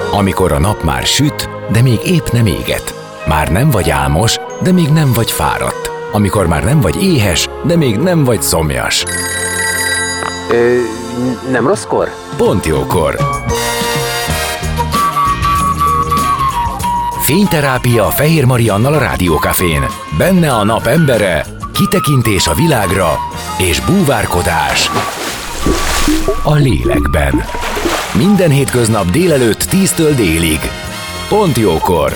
Amikor a nap már süt, de még épp nem éget. Már nem vagy álmos, de még nem vagy fáradt. Amikor már nem vagy éhes, de még nem vagy szomjas. Nem rosszkor? Pont jókor. Fényterápia Fehér Mariannal a Rádiókafén. Benne a nap embere, kitekintés a világra és búvárkodás a lélekben. Minden hétköznap délelőtt 10-től délig. Pont jókor.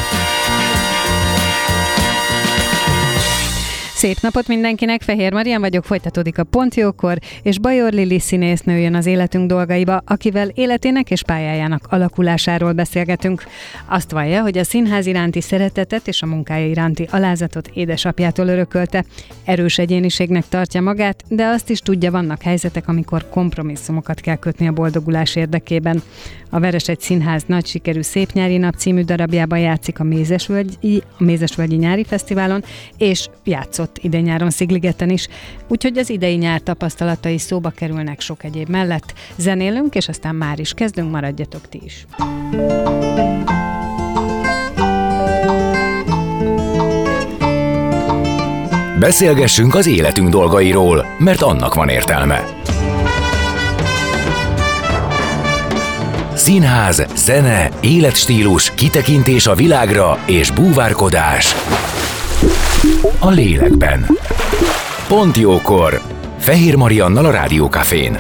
Szép napot mindenkinek, Fehér Marian vagyok, folytatódik a Pont jókor, és Bajor Lili színésznő jön az életünk dolgaiba, akivel életének és pályájának alakulásáról beszélgetünk. Azt vallja, hogy a színház iránti szeretetet és a munkája iránti alázatot édesapjától örökölte. Erős egyéniségnek tartja magát, de azt is tudja, vannak helyzetek, amikor kompromisszumokat kell kötni a boldogulás érdekében. A Veresegy Színház nagy sikerű Szép nyári nap című darabjában játszik a Mézesvölgyi Nyári Fesztiválon, és játszott idén-nyáron Szigligeten is. Úgyhogy az idei nyár tapasztalatai szóba kerülnek sok egyéb mellett. Zenélünk, és aztán már is kezdünk, maradjatok ti is. Beszélgessünk az életünk dolgairól, mert annak van értelme. Színház, zene, életstílus, kitekintés a világra és búvárkodás a lélekben. Pont jókor. Fehér Mariannal a Rádiókafén.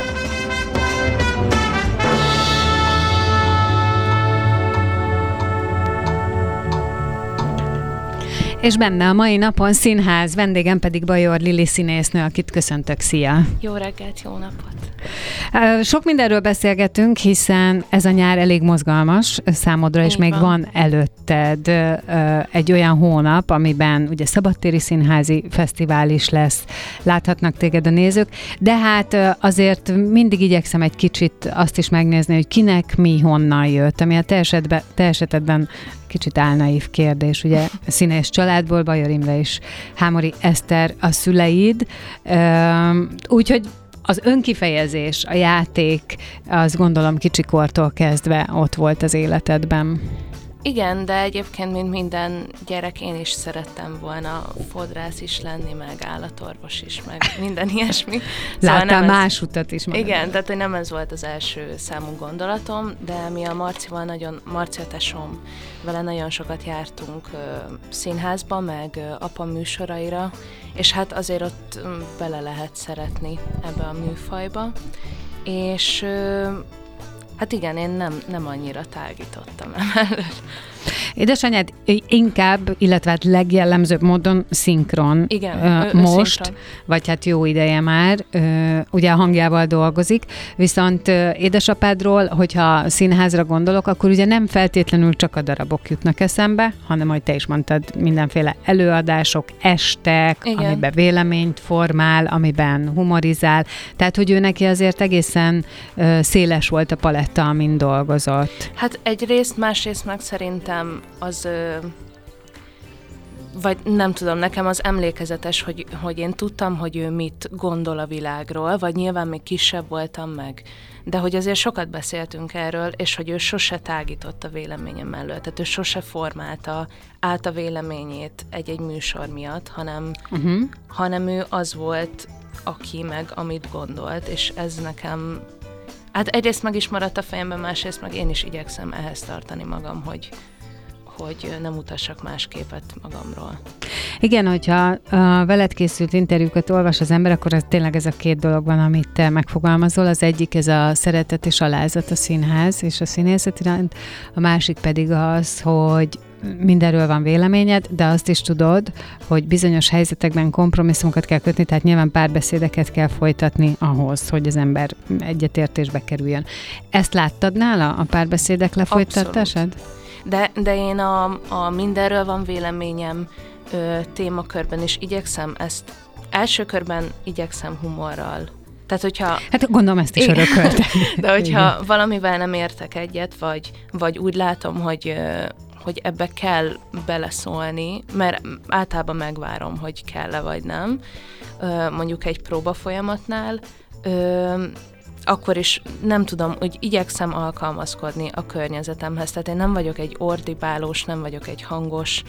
És benne a mai napon színház, vendégem pedig Bajor Lili színésznő, akit köszöntök. Szia! Jó reggelt, jó napot! Sok mindenről beszélgetünk, hiszen ez a nyár elég mozgalmas számodra, és még van előtted egy olyan hónap, amiben ugye szabadtéri színházi fesztivál is lesz, láthatnak téged a nézők, de hát azért mindig igyekszem egy kicsit azt is megnézni, hogy kinek mi honnan jött, ami a te esetedben kicsit álnaív kérdés, ugye színész családból, Bajor Imre és Hámori Eszter a szüleid, úgyhogy az önkifejezés, a játék, azt gondolom kicsikortól kezdve ott volt az életedben. Igen, de egyébként, mint minden gyerek, én is szerettem volna fodrász is lenni, meg állatorvos is, meg minden ilyesmi. Láttál más utat is magad. Igen, tehát hogy nem ez volt az első számú gondolatom, de mi a Marci a tesóm, vele nagyon sokat jártunk színházba, meg apa műsoraira, és hát azért ott bele lehet szeretni ebbe a műfajba, és hát igen, én nem annyira tágítottam emellett. Édesanyád inkább, illetve hát legjellemzőbb módon szinkron. Igen, most, szinkron. vagy hát jó ideje már, ugye a hangjával dolgozik, viszont édesapádról, hogyha színházra gondolok, akkor ugye nem feltétlenül csak a darabok jutnak eszembe, hanem, ahogy te is mondtad, mindenféle előadások, estek, igen, amiben véleményt formál, amiben humorizál, tehát, hogy ő neki azért egészen széles volt a paletta, amin dolgozott. Hát egyrészt, másrészt meg szerintem az, vagy nem tudom, nekem az emlékezetes, hogy én tudtam, hogy ő mit gondol a világról, vagy nyilván még kisebb voltam meg, de hogy azért sokat beszéltünk erről, és hogy ő sose tágított a véleményem mellett, tehát ő sose formálta át a véleményét egy-egy műsor miatt, hanem ő az volt, aki meg amit gondolt, és ez nekem, hát egyrészt meg is maradt a fejemben, másrészt meg én is igyekszem ehhez tartani magam, hogy nem utassak más képet magamról. Igen, hogyha veled készült interjúkat olvas az ember, akkor tényleg ez a két dolog van, amit te megfogalmazol. Az egyik ez a szeretet és alázat a színház és a színészet iránt, a másik pedig az, hogy mindenről van véleményed, de azt is tudod, hogy bizonyos helyzetekben kompromisszumokat kell kötni, tehát nyilván párbeszédeket kell folytatni ahhoz, hogy az ember egyetértésbe kerüljön. Ezt láttad nála, a párbeszédek lefolytatását? De én a mindenről van véleményem témakörben is igyekszem ezt, első körben igyekszem humorral. Tehát, hogyha... Hát gondolom ezt is örököltem. De hogyha valamivel nem értek egyet, vagy úgy látom, hogy ebbe kell beleszólni, mert általában megvárom, hogy kell-e vagy nem, mondjuk egy próba folyamatnál, akkor is nem tudom, hogy igyekszem alkalmazkodni a környezetemhez. Tehát én nem vagyok egy ordibálós, nem vagyok egy hangos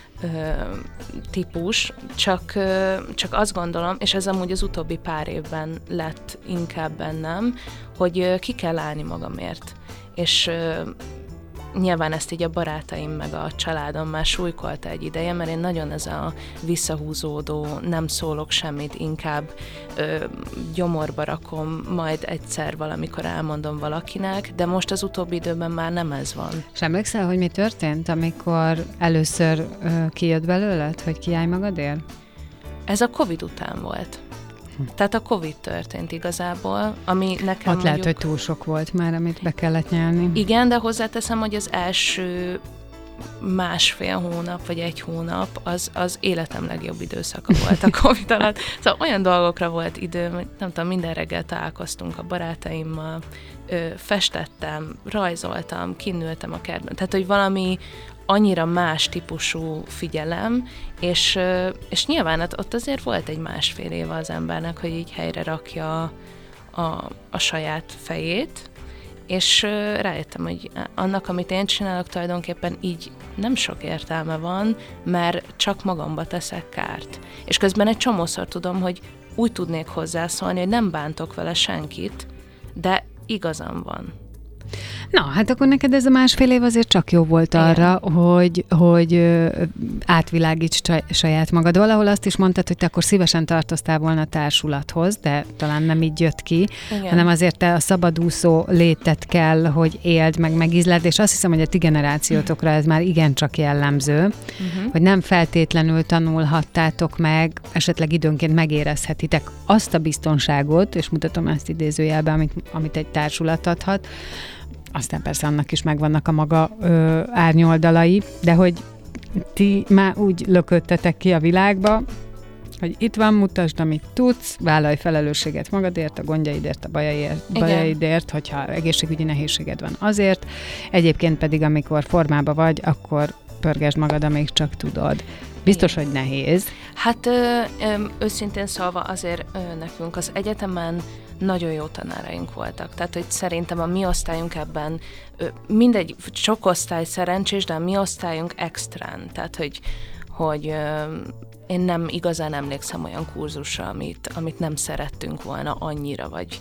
típus, csak azt gondolom, és ez amúgy az utóbbi pár évben lett inkább bennem, hogy ki kell állni magamért. És nyilván ezt így a barátaim meg a családom már súlykolta egy ideje, mert én nagyon ez a visszahúzódó, nem szólok semmit, inkább gyomorba rakom, majd egyszer valamikor elmondom valakinek, de most az utóbbi időben már nem ez van. És emlékszel, hogy mi történt, amikor először kijött belőled, hogy kiállj magadért? Ez a Covid után volt. Tehát a Covid történt igazából, ami nekem ott lehet, hogy túl sok volt már, amit be kellett nyelni. Igen, de hozzáteszem, hogy az első 1,5 hónap, vagy 1 hónap, az életem legjobb időszaka volt a Covid alatt. Szóval olyan dolgokra volt időm, hogy nem tudom, minden reggel találkoztunk a barátaimmal, festettem, rajzoltam, kinültem a kertben. Tehát, hogy valami annyira más típusú figyelem, és nyilván ott azért volt egy 1,5 éve az embernek, hogy így helyre rakja a saját fejét, és rájöttem, hogy annak, amit én csinálok, tulajdonképpen így nem sok értelme van, mert csak magamba teszek kárt. És közben egy csomószor tudom, hogy úgy tudnék hozzászólni, hogy nem bántok vele senkit, de igazam van. Na, hát akkor neked ez a 1,5 év azért csak jó volt arra, hogy átvilágíts saját magad. Valahol azt is mondtad, hogy te akkor szívesen tartoztál volna a társulathoz, de talán nem így jött ki, hanem azért te a szabadúszó létet kell, hogy éld, meg megízleld, és azt hiszem, hogy a ti generációtokra ez már igencsak jellemző, hogy nem feltétlenül tanulhattátok meg, esetleg időnként megérezhetitek azt a biztonságot, és mutatom ezt idézőjelben, amit egy társulat adhat. Aztán persze annak is megvannak a maga árnyoldalai, de hogy ti már úgy lököttetek ki a világba, hogy itt van, mutasd, amit tudsz, vállalj felelősséget magadért, a gondjaidért, a bajaidért, hogyha egészségügyi nehézséged van azért, egyébként pedig amikor formában vagy, akkor pörgesd magad, amíg csak tudod. Biztos, hogy nehéz. Hát őszintén szólva azért nekünk az egyetemen nagyon jó tanáraink voltak. Tehát, hogy szerintem a mi osztályunk ebben mindegy, sok osztály szerencsés, de a mi osztályunk extrán. Tehát, hogy én nem igazán emlékszem olyan kurzusra, amit nem szerettünk volna annyira, vagy...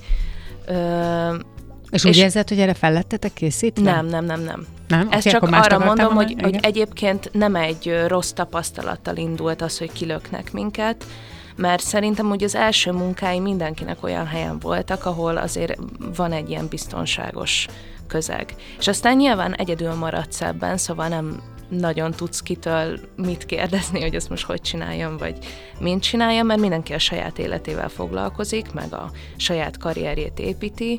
És úgy érzed, hogy erre fel lettetek készítve? Nem. Nem? Ezt csak arra mondom, hogy egyébként nem egy rossz tapasztalattal indult az, hogy kilöknek minket, mert szerintem úgy az első munkái mindenkinek olyan helyen voltak, ahol azért van egy ilyen biztonságos közeg. És aztán nyilván egyedül maradsz ebben, szóval nem nagyon tudsz kitől mit kérdezni, hogy ezt most hogy csináljam, vagy mint csináljam, mert mindenki a saját életével foglalkozik, meg a saját karrierjét építi.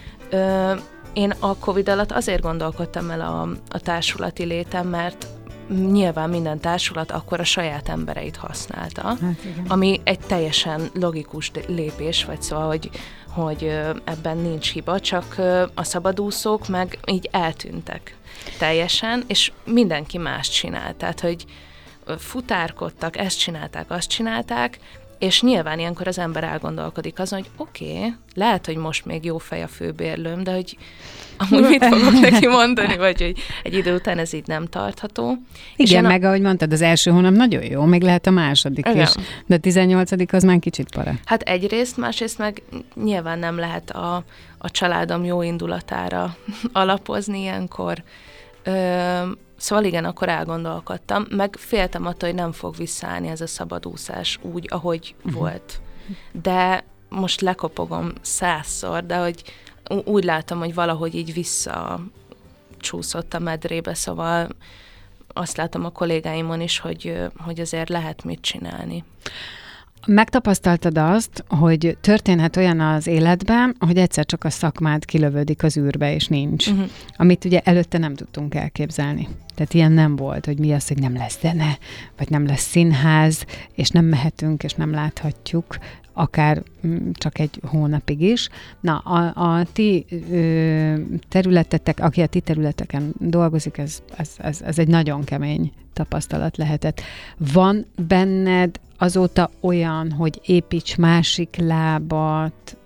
Én a Covid alatt azért gondolkodtam el a társulati létem, mert nyilván minden társulat akkor a saját embereit használta, hát ami egy teljesen logikus lépés, vagy szóval, hogy ebben nincs hiba, csak a szabadúszók meg így eltűntek teljesen, és mindenki mást csinált. Tehát, hogy futárkodtak, ezt csinálták, azt csinálták, és nyilván ilyenkor az ember elgondolkodik azon, hogy oké, lehet, hogy most még jó fej a főbérlőm, de hogy amúgy mit fogok neki mondani, vagy hogy egy idő után ez így nem tartható. Igen, meg ahogy mondtad, az első hónap nagyon jó, még lehet a második is, de a 18. az már kicsit para. Hát egyrészt, másrészt meg nyilván nem lehet a családom jó indulatára alapozni ilyenkor. Szóval igen, akkor elgondolkodtam, meg féltem attól, hogy nem fog visszaállni ez a szabadúszás úgy, ahogy volt. De most lekopogom 100-szor, de hogy úgy látom, hogy valahogy így visszacsúszott a medrébe, szóval azt látom a kollégáimon is, hogy azért lehet mit csinálni. Megtapasztaltad azt, hogy történhet olyan az életben, hogy egyszer csak a szakmád kilövődik az űrbe, és nincs. Amit ugye előtte nem tudtunk elképzelni. Tehát ilyen nem volt, hogy mi az, hogy nem lesz zene, vagy nem lesz színház, és nem mehetünk, és nem láthatjuk, akár csak egy hónapig is. Na, a ti területetek, aki a ti területeken dolgozik, ez egy nagyon kemény tapasztalat lehetett. Van benned azóta olyan, hogy építs másik lábat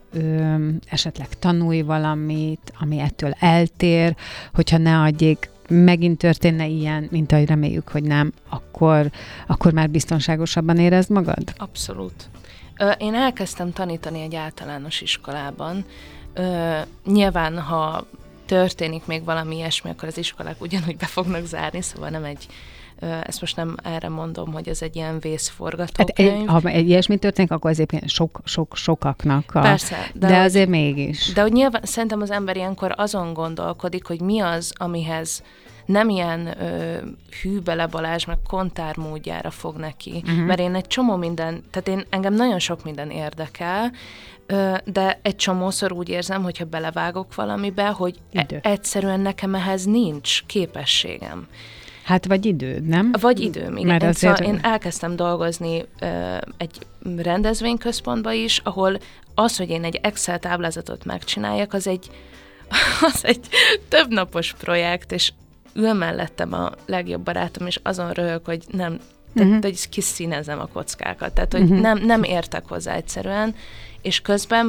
esetleg tanulj valamit, ami ettől eltér, hogyha ne adjék, megint történne ilyen, mint ahogy reméljük, hogy nem, akkor már biztonságosabban érezd magad? Abszolút. Én elkezdtem tanítani egy általános iskolában. Nyilván, ha történik még valami ilyesmi, akkor az iskolák ugyanúgy be fognak zárni, szóval nem ezt most nem erre mondom, hogy ez egy ilyen vészforgatókönyv. Hát ha egy ilyesmi történik, akkor azért sokaknak. Persze. De azért mégis. De hogy nyilván szerintem az ember ilyenkor azon gondolkodik, hogy mi az, amihez nem ilyen Hűbele Balázs, meg Kontár módjára fog neki. Mert én egy csomó minden, tehát engem nagyon sok minden érdekel, de egy csomószor úgy érzem, hogyha belevágok valamibe, hogy egyszerűen nekem ehhez nincs képességem. Hát vagy időd, nem? Vagy időm, igen. Szóval én elkezdtem dolgozni egy rendezvényközpontba is, ahol az, hogy én egy Excel táblázatot megcsináljak, az egy többnapos projekt, és ül mellettem a legjobb barátom, és azon röhög, hogy nem, hogy kiszínezem a kockákat, tehát hogy nem értek hozzá egyszerűen, és közben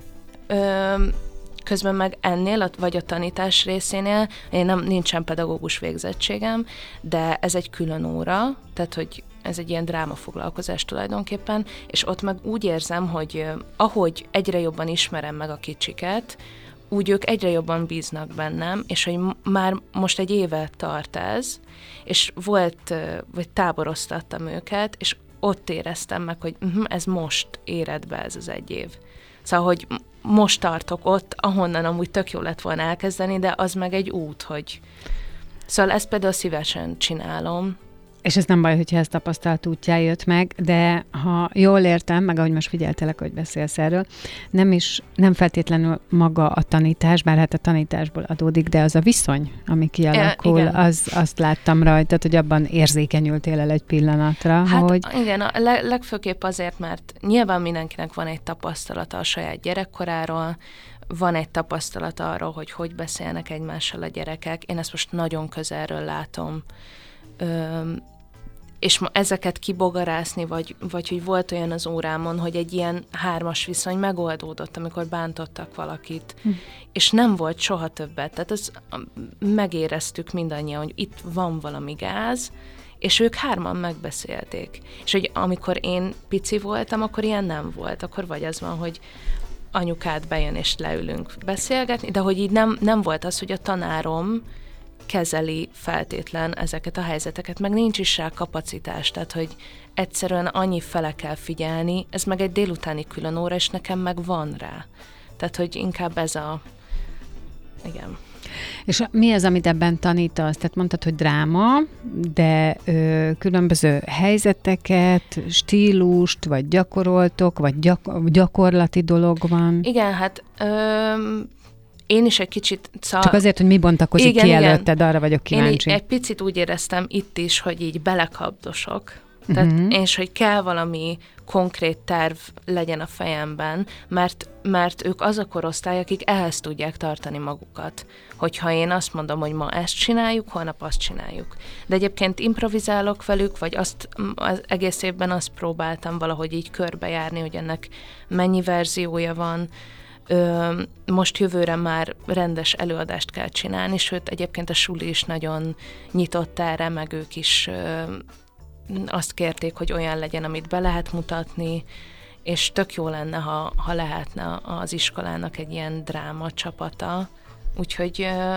meg ennél, vagy a tanítás részénél, nincsen pedagógus végzettségem, de ez egy külön óra, tehát hogy ez egy ilyen drámafoglalkozás tulajdonképpen, és ott meg úgy érzem, hogy ahogy egyre jobban ismerem meg a kicsiket, úgy ők egyre jobban bíznak bennem, és hogy már most egy éve tart ez, és vagy táboroztattam őket, és ott éreztem meg, hogy ez most éred be ez az egy év. Szóval, hogy most tartok ott, ahonnan amúgy tök jó lett volna elkezdeni, de az meg egy út, hogy... Szóval ezt például szívesen csinálom. És ez nem baj, hogyha ez tapasztalt útján jött meg, de ha jól értem, meg ahogy most figyeltelek, hogy beszélsz erről, nem feltétlenül maga a tanítás, bár hát a tanításból adódik, de az a viszony, ami kialakul, azt láttam rajtad, hogy abban érzékenyültél el egy pillanatra. Hát hogy... igen, a legfőképp azért, mert nyilván mindenkinek van egy tapasztalata a saját gyerekkoráról, van egy tapasztalata arról, hogy beszélnek egymással a gyerekek. Én ezt most nagyon közelről látom. És ezeket kibogarászni, vagy hogy volt olyan az órámon, hogy egy ilyen 3-as viszony megoldódott, amikor bántottak valakit, és nem volt soha többet. Tehát megéreztük mindannyian, hogy itt van valami gáz, és ők 3-an megbeszélték. És hogy amikor én pici voltam, akkor ilyen nem volt. Akkor vagy az van, hogy anyukád bejön, és leülünk beszélgetni, de hogy így nem volt az, hogy a tanárom kezeli feltétlen ezeket a helyzeteket, meg nincs is rá kapacitás, tehát hogy egyszerűen annyi fele kell figyelni, ez meg egy délutáni külön óra, és nekem meg van rá. Tehát, hogy inkább ez igen. És mi az, amit ebben tanítasz? Tehát mondtad, hogy dráma, de különböző helyzeteket, stílust, vagy gyakoroltok, vagy gyakorlati dolog van? Igen, hát én is egy kicsit... Csak azért, hogy mi bontakozik ki előtted, arra vagyok kíváncsi. Én egy picit úgy éreztem itt is, hogy így belekapdosok, tehát, és hogy kell valami konkrét terv legyen a fejemben, mert ők az a korosztály, akik ehhez tudják tartani magukat. Hogyha én azt mondom, hogy ma ezt csináljuk, holnap azt csináljuk. De egyébként improvizálok velük, vagy az egész évben azt próbáltam valahogy így körbejárni, hogy ennek mennyi verziója van. Most jövőre már rendes előadást kell csinálni, sőt, egyébként a suli is nagyon nyitott erre, meg ők is azt kérték, hogy olyan legyen, amit be lehet mutatni, és tök jó lenne, ha lehetne az iskolának egy ilyen dráma csapata. Úgyhogy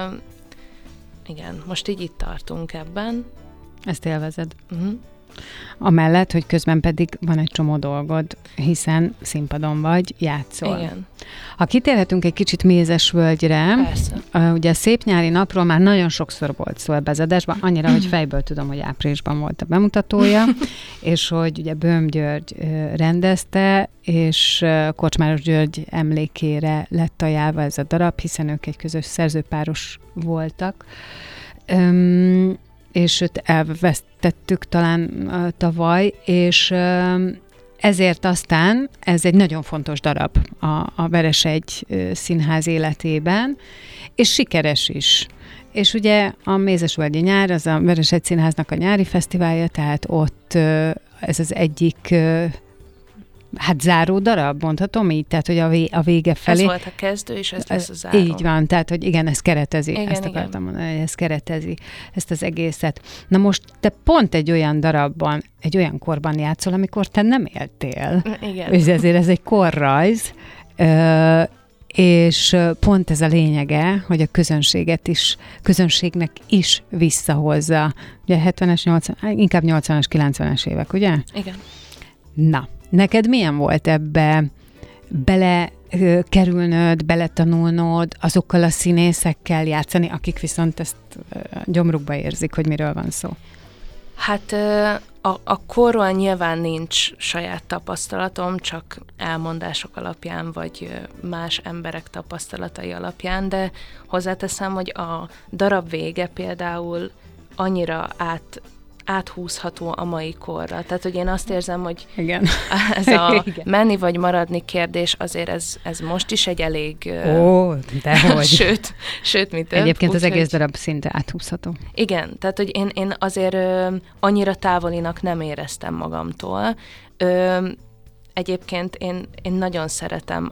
igen, most így itt tartunk ebben. Ezt élvezed. Amellett, hogy közben pedig van egy csomó dolgod, hiszen színpadon vagy, játszol. Igen. Ha kitérhetünk egy kicsit Mézesvölgyre, ugye a Szép nyári napról már nagyon sokszor volt szó ebbe az adásban, annyira, hogy fejből tudom, hogy áprilisban volt a bemutatója, és hogy ugye Böhm György rendezte, és Korcsmáros György emlékére lett ajánlva ez a darab, hiszen ők egy közös szerzőpáros voltak. És őt elvesztettük talán tavaly, és ezért aztán ez egy nagyon fontos darab a Veresegy Színház életében, és sikeres is. És ugye a Mézesvölgyi nyár, az a Veresegy Színháznak a nyári fesztiválja, tehát ott ez az egyik hát záró darab, mondhatom így, tehát hogy a vége felé. Ez volt a kezdő, és ez lesz a záró. Így van, tehát hogy igen, ez keretezi, igen, ezt akartam mondani, hogy ez keretezi ezt az egészet. Na most te pont egy olyan darabban, egy olyan korban játszol, amikor te nem éltél. Igen. És ezért ez egy korrajz, és pont ez a lényege, hogy a közönségnek is visszahozza. Ugye 70-es, inkább 80-as, 90-es évek, ugye? Igen. Na, neked milyen volt ebbe belekerülnöd, beletanulnod, azokkal a színészekkel játszani, akik viszont ezt gyomrukba érzik, hogy miről van szó? Hát a korról nyilván nincs saját tapasztalatom, csak elmondások alapján, vagy más emberek tapasztalatai alapján, de hozzáteszem, hogy a darab vége például annyira áthúzható a mai korra. Tehát, hogy én azt érzem, hogy igen. ez a igen. menni vagy maradni kérdés, azért ez most is egy elég... Ó, dehogy. sőt, mi több. Egyébként az egész darab szinte áthúzható. Igen, tehát, hogy én azért annyira távolinak nem éreztem magamtól. Egyébként én nagyon szeretem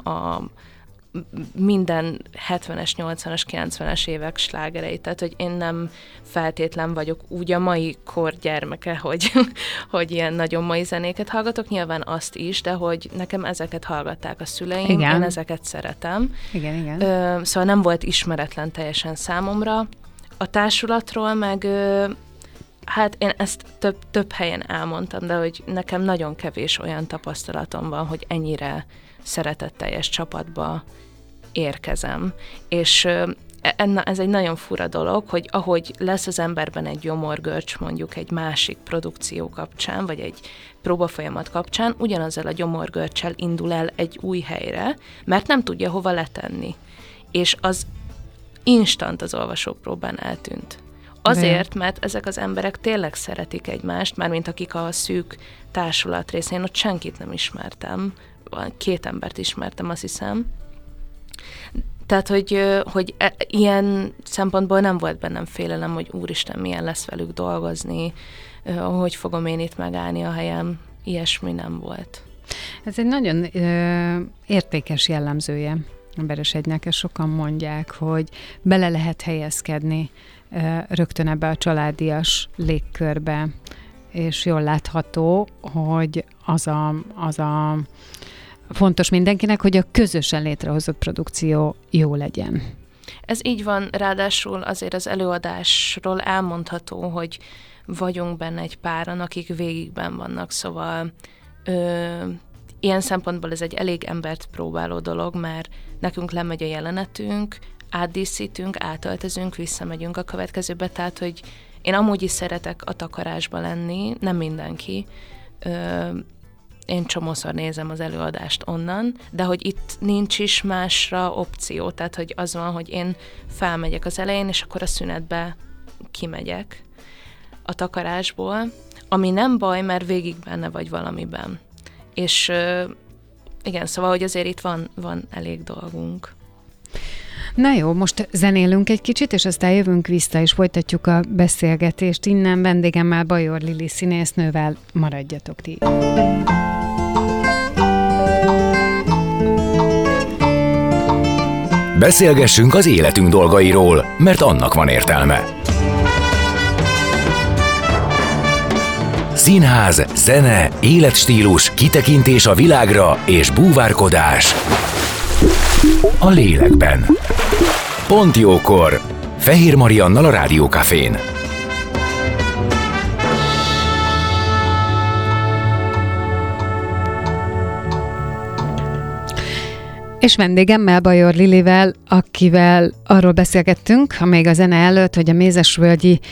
minden 70-es, 80-as, 90-es évek slágereit, tehát hogy én nem feltétlen vagyok úgy a mai kor gyermeke, hogy ilyen nagyon mai zenéket hallgatok, nyilván azt is, de hogy nekem ezeket hallgatták a szüleim, igen. Én ezeket szeretem. Igen. Szóval nem volt ismeretlen teljesen számomra. A társulatról meg hát én ezt több helyen elmondtam, de hogy nekem nagyon kevés olyan tapasztalatom van, hogy ennyire szeretetteljes csapatba érkezem. És ez egy nagyon fura dolog, hogy ahogy lesz az emberben egy gyomorgörcs mondjuk egy másik produkció kapcsán, vagy egy próbafolyamat kapcsán, ugyanazzal a gyomorgörccsel indul el egy új helyre, mert nem tudja hova letenni. És az instant az olvasópróbán eltűnt. Azért, mert ezek az emberek tényleg szeretik egymást, mármint akik a szűk társulat részén, ott senkit nem ismertem, 2 embert ismertem, azt hiszem. Tehát, hogy ilyen szempontból nem volt bennem félelem, hogy úristen, milyen lesz velük dolgozni, hogy fogom én itt megállni a helyem, ilyesmi nem volt. Ez egy nagyon értékes jellemzője a Beresegynek, és sokan mondják, hogy bele lehet helyezkedni rögtön ebbe a családias légkörbe, és jól látható, hogy az a fontos mindenkinek, hogy a közösen létrehozott produkció jó legyen. Ez így van, ráadásul azért az előadásról elmondható, hogy vagyunk benne egy páran, akik végigben vannak, szóval ilyen szempontból ez egy elég embert próbáló dolog, mert nekünk lemegy a jelenetünk, átdíszítünk, átöltözünk, visszamegyünk a következőbe, tehát, hogy én amúgy is szeretek a takarásba lenni, nem mindenki, én csomószor nézem az előadást onnan, de hogy itt nincs is másra opció, tehát hogy az van, hogy én felmegyek az elején, és akkor a szünetbe kimegyek a takarásból, ami nem baj, mert végig benne vagy valamiben. És igen, szóval, hogy azért itt van elég dolgunk. Na jó, most zenélünk egy kicsit, és aztán jövünk vissza, és folytatjuk a beszélgetést innen vendégemmel, Bajor Lili színésznővel. Maradjatok ti! Beszélgessünk az életünk dolgairól, mert annak van értelme. Színház, zene, életstílus, kitekintés a világra és búvárkodás a lélekben. Pont jókor! Fehér Mariannal a Rádió Cafén. És vendégemmel, Bajor Lilivel, akivel arról beszélgettünk, még a zene előtt, hogy a Mézesvölgyi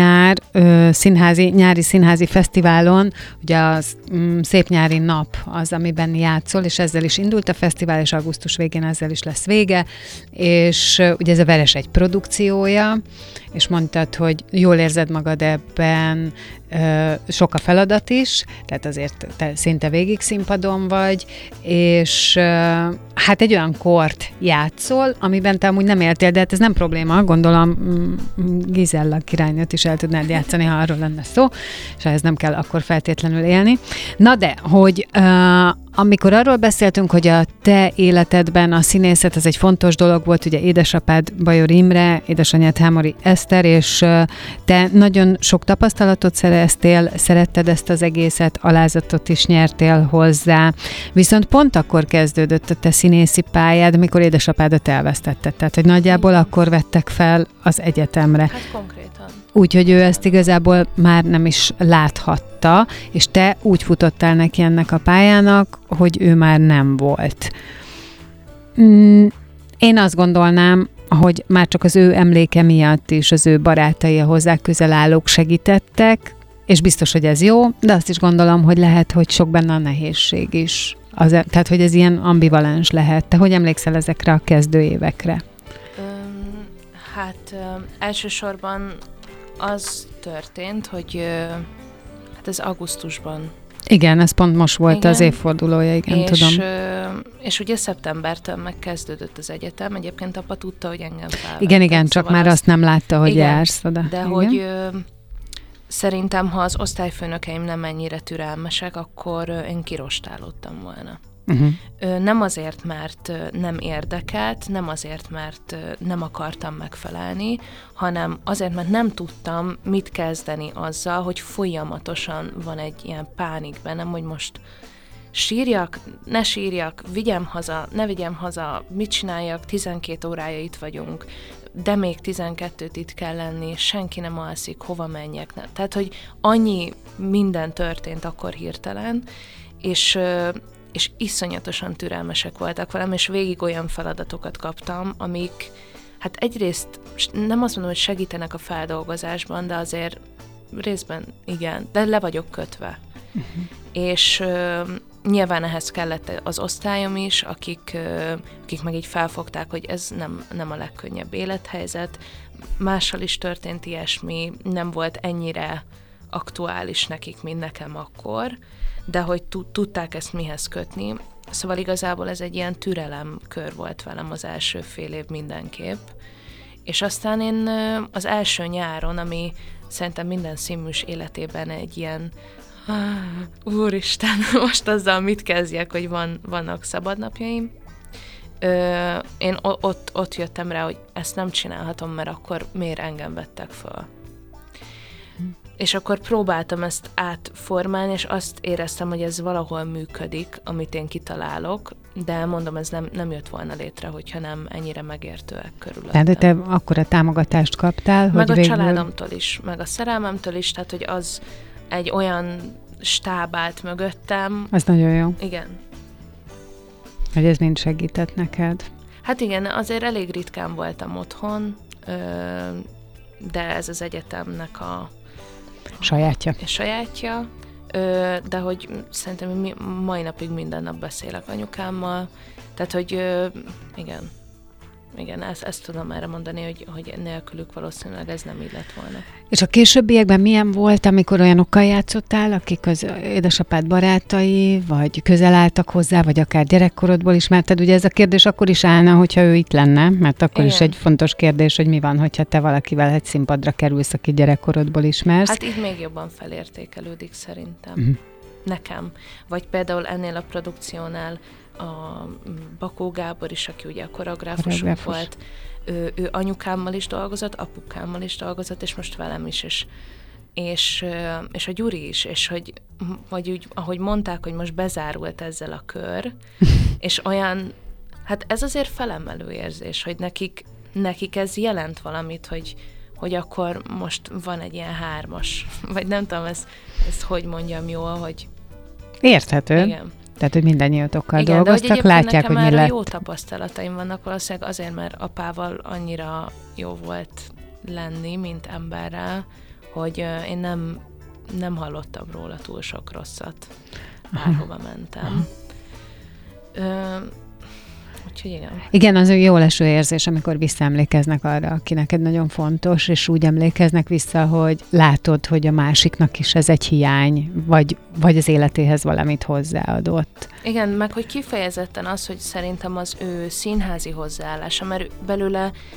nyári színházi fesztiválon, ugye a Szép nyári nap az, amiben játszol, és ezzel is indult a fesztivál, és augusztus végén ezzel is lesz vége, és ugye ez a Veresegy produkciója, és mondtad, hogy jól érzed magad ebben, sok a feladat is, tehát azért te szinte végig színpadon vagy, és hát egy olyan kort játszol, amiben te amúgy nem éltél, de hát ez nem probléma, gondolom Gizella királynőt is el tudnád játszani, ha arról lenne szó, és ez nem kell akkor feltétlenül élni. Na de, hogy Amikor arról beszéltünk, hogy a te életedben a színészet ez egy fontos dolog volt, ugye édesapád Bajor Imre, édesanyád Hámori Eszter, és te nagyon sok tapasztalatot szereztél, szeretted ezt az egészet, alázatot is nyertél hozzá, viszont pont akkor kezdődött a te színészi pályád, mikor édesapádat elvesztetted, tehát hogy nagyjából akkor vettek fel az egyetemre. Hát konkrétan. Úgyhogy ő ezt igazából már nem is láthatta, és te úgy futottál neki ennek a pályának, hogy ő már nem volt. Én azt gondolnám, hogy már csak az ő emléke miatt is az ő barátai, a hozzá közel állók segítettek, és biztos, hogy ez jó, de azt is gondolom, hogy lehet, hogy sok benne a nehézség is. Tehát, hogy ez ilyen ambivalens lehet. Te hogy emlékszel ezekre a kezdőévekre? Elsősorban az történt, hogy hát ez augusztusban. Igen, ez pont most volt az évfordulója, igen, tudom. És ugye szeptembertől megkezdődött az egyetem, egyébként apa tudta, hogy engem felvettek. Igen, csak szóval már azt nem látta, hogy jársz oda. De igen. Hogy szerintem, ha az osztályfőnökeim nem ennyire türelmesek, akkor én kirostálódtam volna. Nem azért, mert nem érdekelt, nem azért, mert nem akartam megfelelni, hanem azért, mert nem tudtam mit kezdeni azzal, hogy folyamatosan van egy ilyen pánik bennem, hogy most sírjak, ne sírjak, vigyem haza, ne vigyem haza, mit csináljak, 12 órája itt vagyunk, de még 12-t itt kell lenni, senki nem alszik, hova menjek. Tehát, hogy annyi minden történt akkor hirtelen, és iszonyatosan türelmesek voltak velem, és végig olyan feladatokat kaptam, amik, hát egyrészt nem azt mondom, hogy segítenek a feldolgozásban, de azért részben igen, de le vagyok kötve. És nyilván ehhez kellett az osztályom is, akik meg így felfogták, hogy ez nem a legkönnyebb élethelyzet. Mással is történt ilyesmi, nem volt ennyire aktuális nekik, mint nekem akkor, de hogy tudták ezt mihez kötni. Szóval igazából ez egy ilyen türelemkör volt velem az első fél év mindenképp. És aztán én az első nyáron, ami szerintem minden színműs életében egy ilyen úristen, most azzal mit kezdjek, hogy vannak szabadnapjaim. Én ott jöttem rá, hogy ezt nem csinálhatom, mert akkor miért engem vettek föl. És akkor próbáltam ezt átformálni, és azt éreztem, hogy ez valahol működik, amit én kitalálok, de mondom, ez nem jött volna létre, hogyha nem ennyire megértőek körülöttem. De te akkor a támogatást kaptál? Meg hogy a családomtól is, meg a szerelmemtől is, tehát hogy az egy olyan stáb állt mögöttem. Az nagyon jó. Igen. Hogy ez mind segített neked. Hát igen, azért elég ritkán voltam otthon, de ez az egyetemnek a sajátja, de hogy szerintem mai napig minden nap beszélek anyukámmal, tehát hogy igen, ezt tudom erre mondani, hogy nélkülük valószínűleg ez nem így lett volna. És a későbbiekben milyen volt, amikor olyanokkal játszottál, akik az édesapád barátai, vagy közel álltak hozzá, vagy akár gyerekkorodból ismerted? Ugye ez a kérdés akkor is állna, hogyha ő itt lenne, mert akkor is egy fontos kérdés, hogy mi van, hogyha te valakivel egy színpadra kerülsz, aki gyerekkorodból ismersz. Hát így még jobban felértékelődik szerintem. Nekem. Vagy például ennél a produkciónál a Bakó Gábor is, aki ugye a koreográfusunk volt, ő anyukámmal is dolgozott, apukámmal is dolgozott, és most velem is, és a Gyuri is, és hogy úgy, ahogy mondták, hogy most bezárult ezzel a kör, és olyan, hát ez azért felemelő érzés, hogy nekik ez jelent valamit, hogy akkor most van egy ilyen 3-as, vagy nem tudom, ezt hogy mondjam jól, hogy... Érthető. Igen. Tehát, hogy mindannyiatokkal dolgoztak, látják, hogy mi lett. Jó tapasztalataim vannak, valószínűleg azért, mert apával annyira jó volt lenni, mint emberrel, hogy én nem hallottam róla túl sok rosszat, bárhova mentem. Úgyhogy igen. Igen, az jó leső érzés, amikor visszaemlékeznek arra, aki neked nagyon fontos, és úgy emlékeznek vissza, hogy látod, hogy a másiknak is ez egy hiány, vagy az életéhez valamit hozzáadott. Igen, meg hogy kifejezetten az, hogy szerintem az ő színházi hozzáállása, mert belőle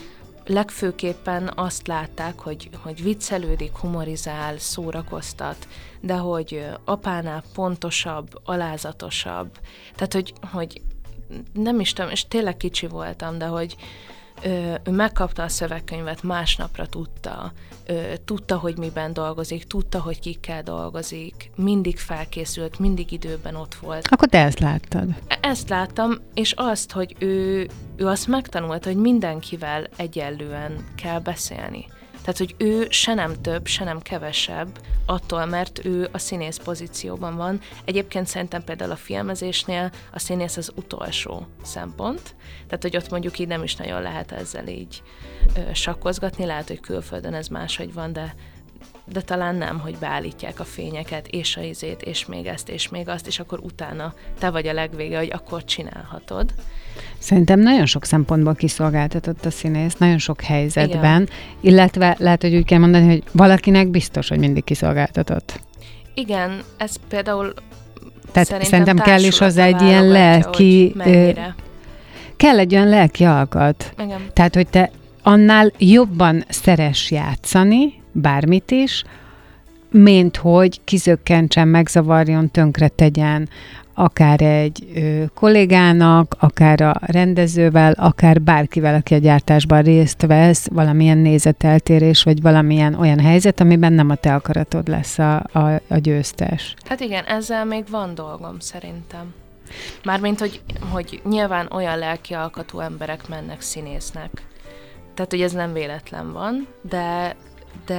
legfőképpen azt látták, hogy viccelődik, humorizál, szórakoztat, de hogy apánál pontosabb, alázatosabb. Tehát, hogy nem is tudom, és tényleg kicsi voltam, de hogy ő megkapta a szövegkönyvet, másnapra tudta, hogy miben dolgozik, tudta, hogy kikkel dolgozik, mindig felkészült, mindig időben ott volt. Akkor te ezt láttad? Ezt láttam, és azt, hogy ő azt megtanulta, hogy mindenkivel egyenlően kell beszélni. Tehát, hogy ő se nem több, se nem kevesebb attól, mert ő a színész pozícióban van. Egyébként szerintem például a filmezésnél a színész az utolsó szempont. Tehát, hogy ott mondjuk így nem is nagyon lehet ezzel így sakkozgatni. Lehet, hogy külföldön ez máshogy van, de talán nem, hogy beállítják a fényeket, és a izét, és még ezt, és még azt, és akkor utána te vagy a legvége, hogy akkor csinálhatod. Szerintem nagyon sok szempontból kiszolgáltatott a színész, nagyon sok helyzetben, igen. Illetve lehet, hogy úgy kell mondani, hogy valakinek biztos, hogy mindig kiszolgáltatott. Igen, ez például tehát szerintem kell is hozzá egy ilyen lelki... kell egy olyan lelki alkat. Igen. Tehát, hogy te annál jobban szeress játszani, bármit is, mint hogy kizökkentsen, megzavarjon, tönkre tegyen, akár egy kollégának, akár a rendezővel, akár bárkivel, aki a gyártásban részt vesz, valamilyen nézeteltérés, vagy valamilyen olyan helyzet, amiben nem a te akaratod lesz a győztes. Hát igen, ezzel még van dolgom szerintem. Mármint, hogy nyilván olyan lelki alkatú emberek mennek színésznek. Tehát, hogy ez nem véletlen van, de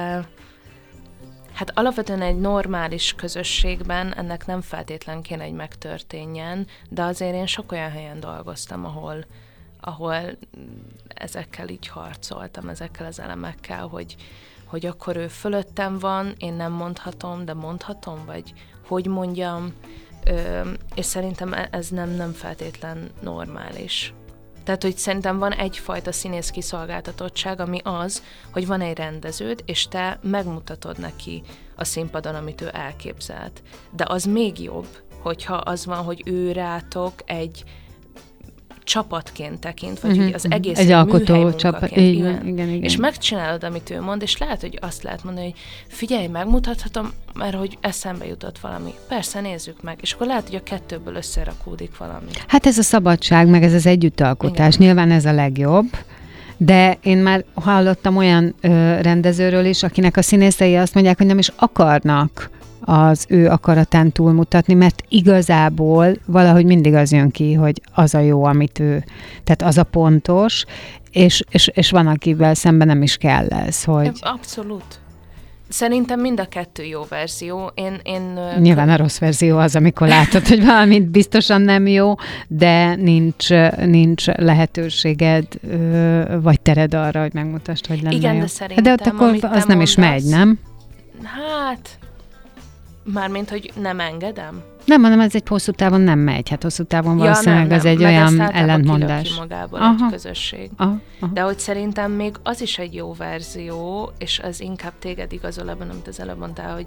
hát alapvetően egy normális közösségben ennek nem feltétlen kéne, hogy megtörténjen, de azért én sok olyan helyen dolgoztam, ahol ezekkel így harcoltam, ezekkel az elemekkel, hogy akkor ő fölöttem van, én nem mondhatom, de mondhatom, vagy hogy mondjam, és szerintem ez nem feltétlen normális. Tehát, hogy szerintem van egyfajta színész kiszolgáltatottság, ami az, hogy van egy rendeződ, és te megmutatod neki a színpadon, amit ő elképzelt. De az még jobb, hogyha az van, hogy ő rátok egy csapatként tekint, vagy hogy az egész egy alkotó csapat. Igen. És megcsinálod, amit ő mond, és lehet, hogy azt lehet mondani, hogy figyelj, megmutathatom, mert hogy eszembe jutott valami. Persze, nézzük meg. És akkor lehet, hogy a kettőből összerakódik valami. Hát ez a szabadság, meg ez az együttalkotás. Igen. Nyilván ez a legjobb. De én már hallottam olyan rendezőről is, akinek a színészei azt mondják, hogy nem is akarnak az ő akaratán túlmutatni, mert igazából valahogy mindig az jön ki, hogy az a jó, amit ő, tehát az a pontos, és van, akivel szemben nem is kell ez, hogy... Abszolút. Szerintem mind a kettő jó verzió. Nyilván a rossz verzió az, amikor látod, hogy valamit biztosan nem jó, de nincs lehetőséged, vagy tered arra, hogy megmutasd, hogy lenne igen, jó. De szerintem, de ott akkor az nem is megy, nem? Hát... Mármint, hogy nem engedem? Nem, hanem ez egy hosszú távon nem megy. Hát hosszú távon valószínűleg nem, az egy olyan ellentmondás. Ki magából egy közösség. Aha. De hogy szerintem még az is egy jó verzió, és az inkább téged igazol ebben, amit az előbb mondtál,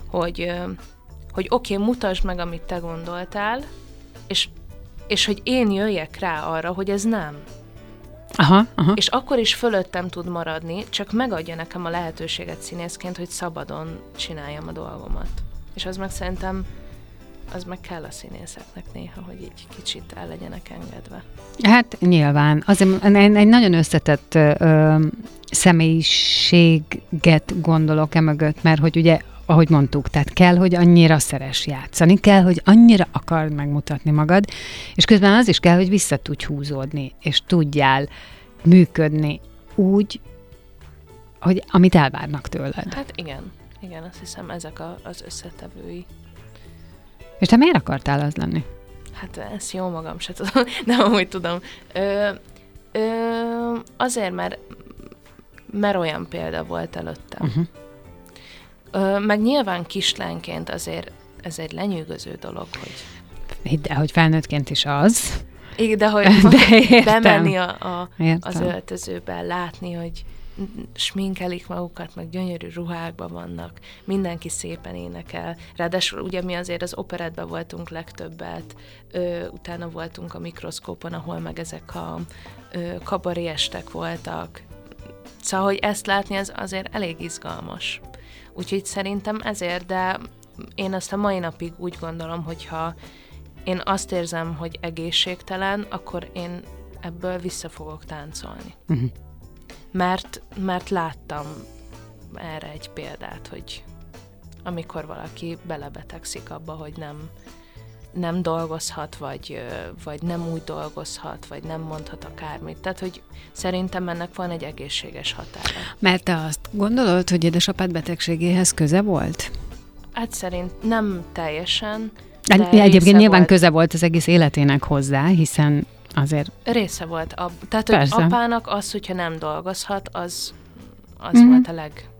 hogy oké, mutasd meg, amit te gondoltál, és hogy én jöjjek rá arra, hogy ez nem. Aha. És akkor is fölöttem tud maradni, csak megadja nekem a lehetőséget színészként, hogy szabadon csináljam a dolgomat. És az meg szerintem, az meg kell a színészeknek néha, hogy így kicsit el legyenek engedve. Hát nyilván. Azért egy nagyon összetett személyiséget gondolok emögött, mert hogy ugye, ahogy mondtuk, tehát kell, hogy annyira szeress játszani, kell, hogy annyira akard megmutatni magad, és közben az is kell, hogy vissza tudj húzódni, és tudjál működni úgy, hogy amit elvárnak tőled. Hát igen, azt hiszem ezek az összetevői. És te miért akartál az lenni? Hát ezt jó magam se tudom, de amúgy tudom. Azért, mert olyan példa volt előttem. Meg nyilván kislányként azért ez egy lenyűgöző dolog, hogy... Hidd el, hogy felnőttként is az. Igen, de hogy bemenni az öltözőben, látni, hogy sminkelik magukat, meg gyönyörű ruhákban vannak, mindenki szépen énekel. Ráadásul ugye mi azért az operettben voltunk legtöbbet, utána voltunk a Mikroszkópon, ahol meg ezek a kabaréestek voltak. Szóval, hogy ezt látni, az azért elég izgalmas. Úgyhogy szerintem ezért, de én azt a mai napig úgy gondolom, hogyha én azt érzem, hogy egészségtelen, akkor én ebből vissza fogok táncolni. Uh-huh. Mert láttam erre egy példát, hogy amikor valaki belebetegszik abba, hogy nem dolgozhat, vagy nem úgy dolgozhat, vagy nem mondhat akármit. Tehát, hogy szerintem ennek van egy egészséges határa. Mert te azt gondolod, hogy édesapád betegségéhez köze volt? Hát szerint nem teljesen, de egyébként nyilván köze volt az egész életének hozzá, hiszen azért... Része volt. Tehát, hogy apának az, hogyha nem dolgozhat, az volt a leg...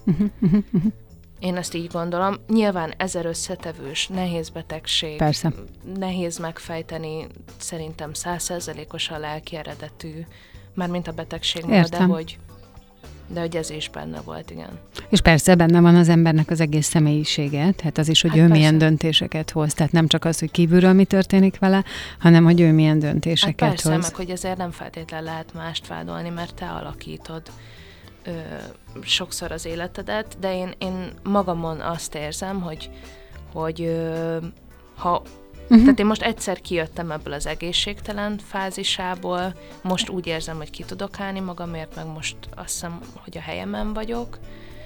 Én ezt így gondolom. Nyilván 1000 összetevős, nehéz betegség. Persze. Nehéz megfejteni, szerintem 100%-os a lelki eredetű, mármint a betegség maga, de hogy ez is benne volt, igen. És persze benne van az embernek az egész személyisége, tehát az is, hogy ő milyen döntéseket hoz. Tehát nem csak az, hogy kívülről mi történik vele, hanem hogy ő milyen döntéseket hoz. Persze, meg hogy ezért nem feltétlenül lehet mást vádolni, mert te alakítod sokszor az életedet, de én magamon azt érzem, hogy ha tehát én most egyszer kijöttem ebből az egészségtelen fázisából, most úgy érzem, hogy ki tudok állni magamért, meg most azt hiszem, hogy a helyemen vagyok,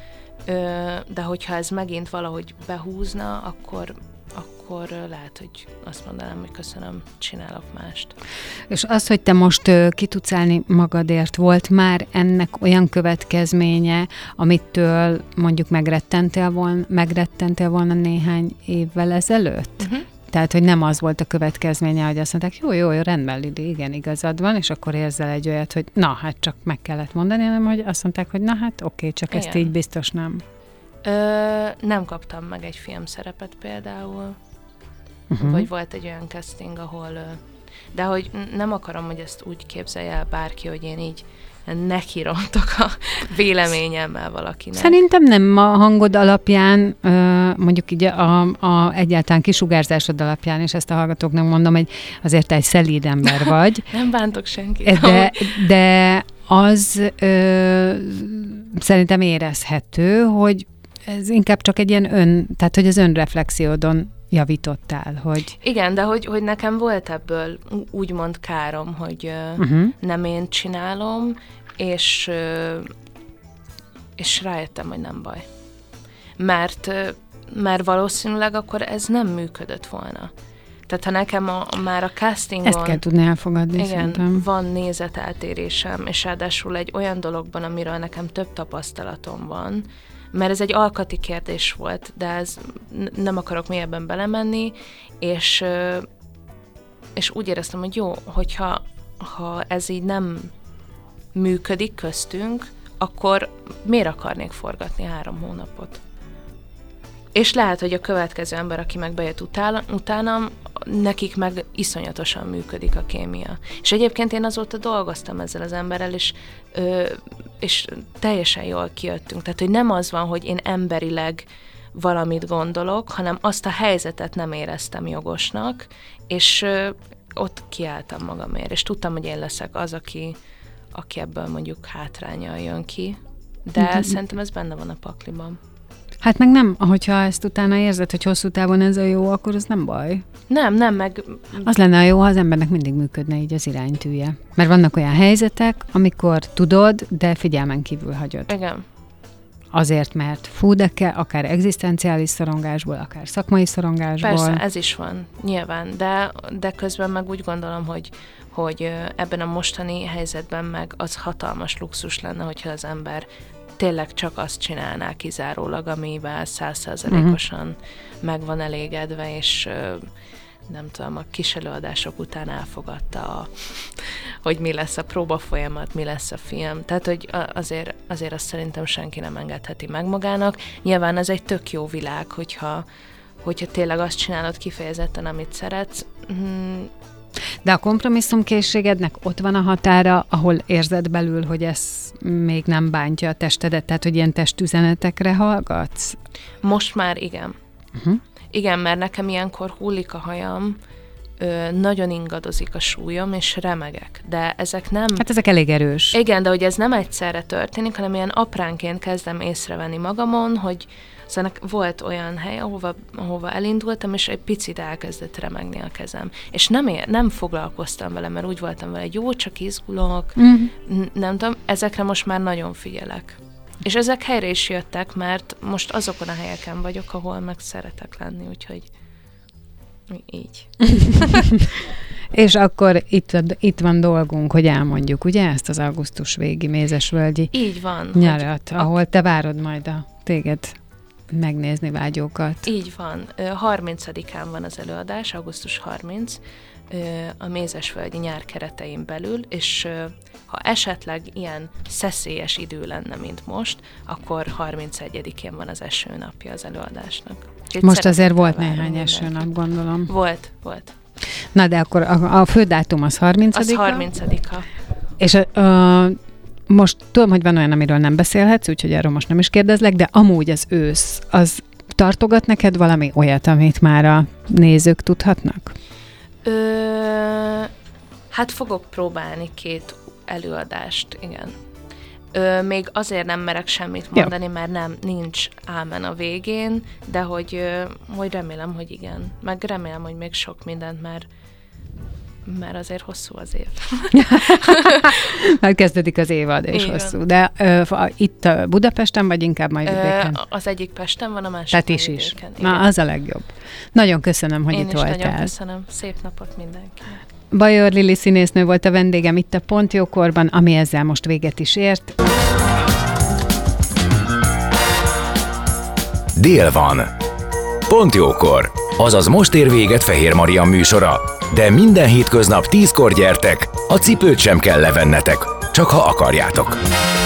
de hogyha ez megint valahogy behúzna, akkor lehet, hogy azt mondanám, hogy köszönöm, csinálok mást. És az, hogy te most ki tudsz állni magadért, volt már ennek olyan következménye, amitől mondjuk megrettentél volna néhány évvel ezelőtt? Uh-huh. Tehát, hogy nem az volt a következménye, hogy azt mondták, jó, rendben, Lili, igen, igazad van, és akkor érzel egy olyat, hogy na, hát csak meg kellett mondani, hanem hogy azt mondták, hogy na, hát oké, csak igen. Ezt így biztos nem. Nem kaptam meg egy filmszerepet például, vagy volt egy olyan casting, ahol... De hogy nem akarom, hogy ezt úgy képzelje el bárki, hogy én így nekirontok a véleményemmel valakinek. Szerintem nem a hangod alapján, mondjuk így a egyáltalán kisugárzásod alapján, és ezt a hallgatóknak mondom, hogy azért te egy szelíd ember vagy. Nem bántok senkit. De az szerintem érezhető, hogy ez inkább csak egy ilyen tehát hogy az önreflexiódon javítottál, hogy... Igen, de hogy nekem volt ebből úgymond károm, hogy nem én csinálom, és rájöttem, hogy nem baj. Mert valószínűleg akkor ez nem működött volna. Tehát ha nekem már a castingon... Ezt kell tudni elfogadni, igen, szerintem. Van nézeteltérésem, és ráadásul egy olyan dologban, amiről nekem több tapasztalatom van, mert ez egy alkati kérdés volt, de ez nem akarok mélyebben belemenni, és úgy éreztem, hogy jó, hogyha ez így nem működik köztünk, akkor miért akarnék forgatni 3 hónapot? És lehet, hogy a következő ember, aki meg bejött utánam, nekik meg iszonyatosan működik a kémia. És egyébként én azóta dolgoztam ezzel az emberrel, és teljesen jól kijöttünk. Tehát, hogy nem az van, hogy én emberileg valamit gondolok, hanem azt a helyzetet nem éreztem jogosnak, és ott kiálltam magamért. És tudtam, hogy én leszek az, aki ebből mondjuk hátránnyal jön ki. De szerintem ez benne van a pakliban. Hát meg nem, hogyha ezt utána érzed, hogy hosszú távon ez a jó, akkor az nem baj. Nem, meg... Az lenne a jó, ha az embernek mindig működne így az iránytűje. Mert vannak olyan helyzetek, amikor tudod, de figyelmen kívül hagyod. Igen. Azért, mert akár egzisztenciális szorongásból, akár szakmai szorongásból. Persze, ez is van, nyilván, de közben meg úgy gondolom, hogy ebben a mostani helyzetben meg az hatalmas luxus lenne, hogyha az ember tényleg csak azt csinálná kizárólag, amivel 100%-osan meg van elégedve, és nem tudom, a kis előadások után elfogadta, hogy mi lesz a próbafolyamat, mi lesz a film. Tehát, hogy azért azt szerintem senki nem engedheti meg magának. Nyilván ez egy tök jó világ, hogyha tényleg azt csinálod kifejezetten, amit szeretsz, De a kompromisszumkészségednek ott van a határa, ahol érzed belül, hogy ez még nem bántja a testedet, tehát hogy ilyen testüzenetekre hallgatsz? Most már igen. Igen, mert nekem ilyenkor hullik a hajam, nagyon ingadozik a súlyom, és remegek. De ezek nem... Hát ezek elég erős. Igen, de hogy ez nem egyszerre történik, hanem ilyen apránként kezdem észrevenni magamon, hogy volt olyan hely, ahova elindultam, és egy picit elkezdett remegni a kezem. És nem foglalkoztam vele, mert úgy voltam vele, jó, csak izgulok, nem tudom, ezekre most már nagyon figyelek. És ezek helyre is jöttek, mert most azokon a helyeken vagyok, ahol meg szeretek lenni, úgyhogy így. És akkor itt van dolgunk, hogy elmondjuk, ugye, ezt az augusztus végi mézesvölgyi így van, nyarat, ahol te várod majd a téged megnézni vágyókat. Így van. 30-án van az előadás, augusztus 30, a mézesvölgyi nyár keretein belül, és ha esetleg ilyen szeszélyes idő lenne, mint most, akkor 31-én van az esőnapja az előadásnak. Most azért volt néhány esőnap, gondolom. Volt. Na, de akkor a fő dátum az 30-a? Az 30-a. És most tudom, hogy van olyan, amiről nem beszélhetsz, úgyhogy erről most nem is kérdezlek, de amúgy az ősz, az tartogat neked valami olyat, amit már a nézők tudhatnak? Hát fogok próbálni 2 előadást, igen. Még azért nem merek semmit mondani, mert nincs ámen a végén, de hogy remélem, hogy igen. Meg remélem, hogy még sok mindent, mert azért hosszú az év. Már kezdődik az évad, és hosszú. De itt Budapesten, vagy inkább majd vidéken? Az egyik Pesten van, a másik tehát is. Na, az a legjobb. Nagyon köszönöm, hogy itt voltál. Én is nagyon köszönöm. Szép napot mindenkinek. Bajor Lili színésznő volt a vendégem itt a Pont Jókorban, ami ezzel most véget is ért. Dél van. Pont jókor. Azaz most ér véget Fehér Marian műsora. De minden hétköznap 10-kor gyertek, a cipőt sem kell levennetek, csak ha akarjátok.